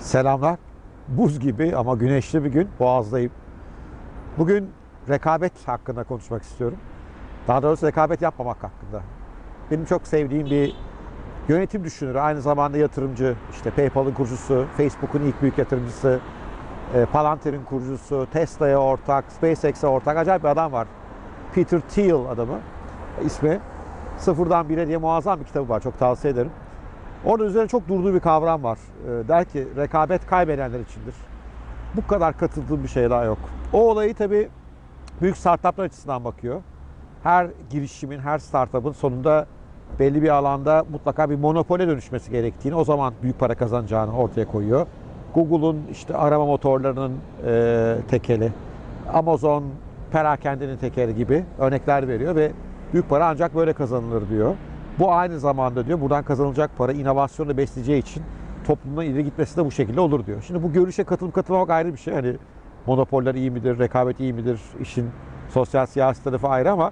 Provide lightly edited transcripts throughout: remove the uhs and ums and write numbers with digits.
Selamlar. Buz gibi ama güneşli bir gün. Boğaz'dayım. Bugün rekabet hakkında konuşmak istiyorum. Daha doğrusu rekabet yapmamak hakkında. Benim çok sevdiğim bir yönetim düşünürü, aynı zamanda yatırımcı. İşte PayPal'ın kurucusu, Facebook'un ilk büyük yatırımcısı, Palantir'in kurucusu, Tesla'ya ortak, SpaceX'e ortak acayip bir adam var. Peter Thiel adamı, ismi. Sıfırdan Bire diye muazzam bir kitabı var. Çok tavsiye ederim. Orada üzerine çok durduğu bir kavram var. Der ki rekabet kaybedenler içindir. Bu kadar katıldığım bir şey daha yok. O olayı tabii büyük startuplar açısından bakıyor. Her girişimin, her startup'ın sonunda belli bir alanda mutlaka bir monopole dönüşmesi gerektiğini, o zaman büyük para kazanacağını ortaya koyuyor. Google'un işte arama motorlarının tekeli, Amazon perakendenin tekeli gibi örnekler veriyor ve büyük para ancak böyle kazanılır diyor. Bu aynı zamanda diyor buradan kazanılacak para inovasyonu besleyeceği için toplumdan ileri gitmesi de bu şekilde olur diyor. Şimdi bu görüşe katılıp katılmamak ayrı bir şey. Hani monopoller iyi midir, rekabet iyi midir, işin sosyal siyasi tarafı ayrı ama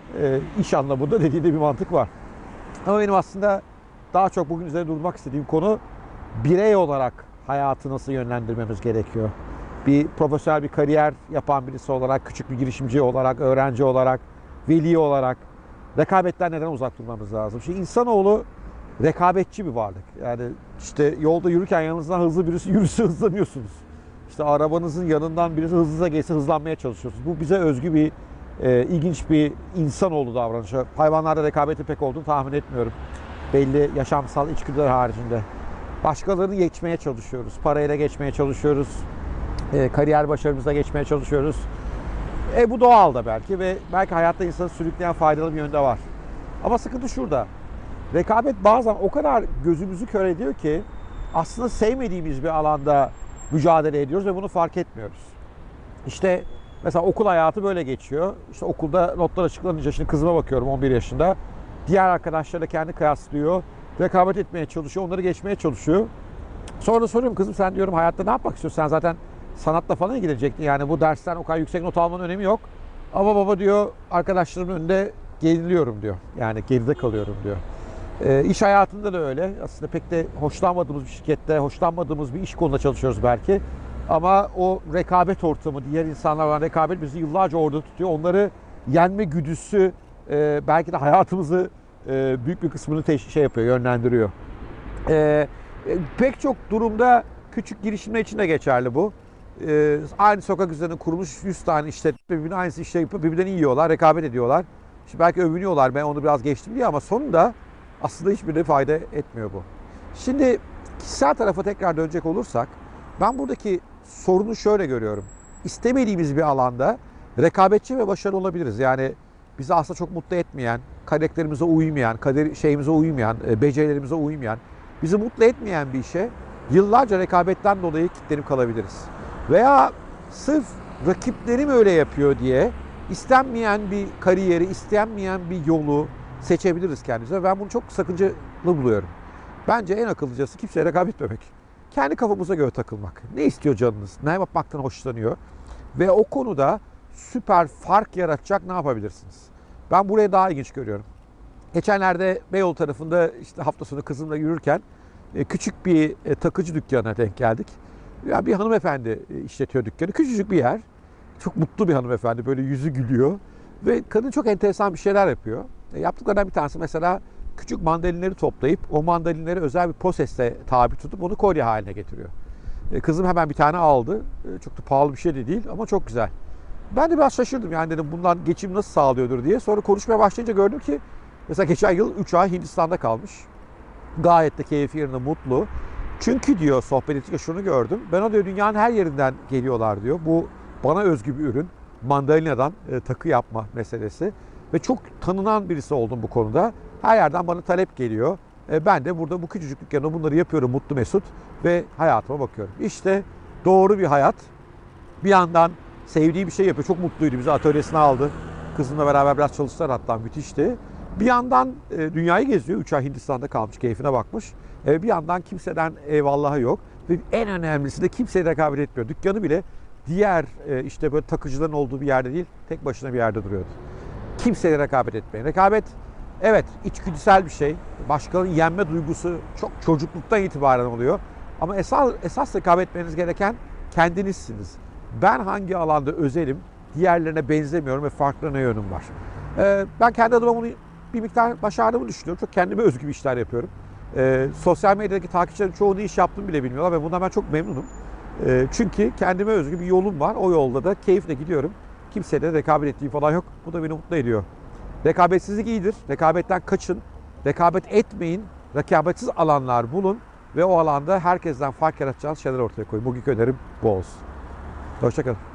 iş anlamında dediği de bir mantık var. Ama benim aslında daha çok bugün üzerine durmak istediğim konu birey olarak hayatı nasıl yönlendirmemiz gerekiyor. Bir profesyonel bir kariyer yapan birisi olarak, küçük bir girişimci olarak, öğrenci olarak, veli olarak rekabetten neden uzak durmamız lazım? Şimdi insanoğlu rekabetçi bir varlık. Yani işte yolda yürürken yanınızdan hızlı birisi yürüse hızlanıyorsunuz. İşte arabanızın yanından birisi hızlıca geçse hızlanmaya çalışıyorsunuz. Bu bize özgü bir ilginç bir insanoğlu davranışı. Hayvanlarda rekabetin pek olduğunu tahmin etmiyorum. Belli yaşamsal içgüdüler haricinde. Başkalarını geçmeye çalışıyoruz. Parayla geçmeye çalışıyoruz. Kariyer başarımıza geçmeye çalışıyoruz. Bu doğal da belki ve belki hayatta insanı sürükleyen faydalı bir yönde var. Ama sıkıntı şurada. Rekabet bazen o kadar gözümüzü kör ediyor ki aslında sevmediğimiz bir alanda mücadele ediyoruz ve bunu fark etmiyoruz. İşte mesela okul hayatı böyle geçiyor. İşte okulda notlar açıklanınca, şimdi kızıma bakıyorum 11 yaşında. Diğer arkadaşlarla kendi kıyaslıyor. Rekabet etmeye çalışıyor, onları geçmeye çalışıyor. Sonra soruyorum, kızım sen diyorum hayatta ne yapmak istiyorsun? Sen zaten sanatla falan ilgilenecektin. Yani bu dersten o kadar yüksek not almanın önemi yok. Ama baba diyor, arkadaşlarımın önünde geriliyorum diyor. Yani geride kalıyorum diyor. İş hayatında da öyle. Aslında pek de hoşlanmadığımız bir şirkette, hoşlanmadığımız bir iş konusunda çalışıyoruz belki. Ama o rekabet ortamı, diğer insanlarla olan rekabet bizi yıllarca orada tutuyor. Onları yenme güdüsü belki de hayatımızı büyük bir kısmını yönlendiriyor. Pek çok durumda küçük girişimler için de geçerli bu. Aynı sokak üzerine kurulmuş 100 tane işletme birbirine aynısı işler yapıp birbirlerini yiyorlar, rekabet ediyorlar. Şimdi belki övünüyorlar, ben onu biraz geçtim diye, ama sonunda aslında hiçbirine fayda etmiyor bu. Şimdi kişisel tarafa tekrar dönecek olursak, ben buradaki sorunu şöyle görüyorum. İstemediğimiz bir alanda rekabetçi ve başarılı olabiliriz. Yani bizi aslında çok mutlu etmeyen, karakterimize uymayan, becerilerimize uymayan, bizi mutlu etmeyen bir işe yıllarca rekabetten dolayı kilitlenip kalabiliriz. Veya sırf rakiplerim öyle yapıyor diye istenmeyen bir kariyeri, istenmeyen bir yolu seçebiliriz kendimize. Ben bunu çok sakıncalı buluyorum. Bence en akıllıcası kimseye rekabet etmemek. Kendi kafamıza göre takılmak. Ne istiyor canınız? Ne yapmaktan hoşlanıyor? Ve o konuda süper fark yaratacak ne yapabilirsiniz? Ben burayı daha ilginç görüyorum. Geçenlerde Beyoğlu tarafında işte hafta sonu kızımla yürürken küçük bir takıcı dükkanına denk geldik. Ya bir hanımefendi işletiyor dükkanı. Küçücük bir yer. Çok mutlu bir hanımefendi. Böyle yüzü gülüyor. Ve kadın çok enteresan bir şeyler yapıyor. Yaptıklarından bir tanesi mesela küçük mandalinleri toplayıp o mandalinleri özel bir prosese tabi tutup onu kolye haline getiriyor. Kızım hemen bir tane aldı. Çok da pahalı bir şey de değil ama çok güzel. Ben de biraz şaşırdım, yani dedim bundan geçim nasıl sağlıyordur diye. Sonra konuşmaya başlayınca gördüm ki mesela geçen yıl 3 ay Hindistan'da kalmış. Gayet de keyfi yerinde, mutlu. Çünkü diyor, sohbet ettikçe şunu gördüm. Ben o diyor dünyanın her yerinden geliyorlar diyor. Bu bana özgü bir ürün. Mandalinadan takı yapma meselesi. Ve çok tanınan birisi oldum bu konuda. Her yerden bana talep geliyor. Ben de burada bu küçücük dükkanda bunları yapıyorum mutlu mesut ve hayatıma bakıyorum. İşte doğru bir hayat. Bir yandan sevdiği bir şey yapıyor. Çok mutluydu. Bizi atölyesine aldı. Kızımla beraber biraz çalıştılar, hatta müthişti. Bir yandan dünyayı geziyor. 3 ay Hindistan'da kalmış, keyfine bakmış. Bir yandan kimseden eyvallahı yok. Ve en önemlisi de kimseye rekabet etmiyor. Dükkanı bile diğer işte böyle takıcıların olduğu bir yerde değil, tek başına bir yerde duruyordu. Kimseye rekabet etmeyin. Rekabet evet içgüdüsel bir şey. Başkalarının yenme duygusu çok çocukluktan itibaren oluyor. Ama esas rekabet etmeniz gereken kendinizsiniz. Ben hangi alanda özelim, diğerlerine benzemiyorum ve farklı ne yönüm var. Ben kendi adıma bunu bir miktar başardığımı düşünüyorum. Çok kendime özgü bir işler yapıyorum. Sosyal medyadaki takipçilerin çoğu ne iş yaptığımı bile bilmiyorlar ve bundan ben çok memnunum. Çünkü kendime özgü bir yolum var. O yolda da keyifle gidiyorum. Kimseyle rekabet ettiğim falan yok. Bu da beni mutlu ediyor. Rekabetsizlik iyidir. Rekabetten kaçın. Rekabet etmeyin. Rekabetsiz alanlar bulun. Ve o alanda herkesten fark yaratacağınız şeyler ortaya koyun. Bugünkü önerim bu olsun. Hoşça kalın.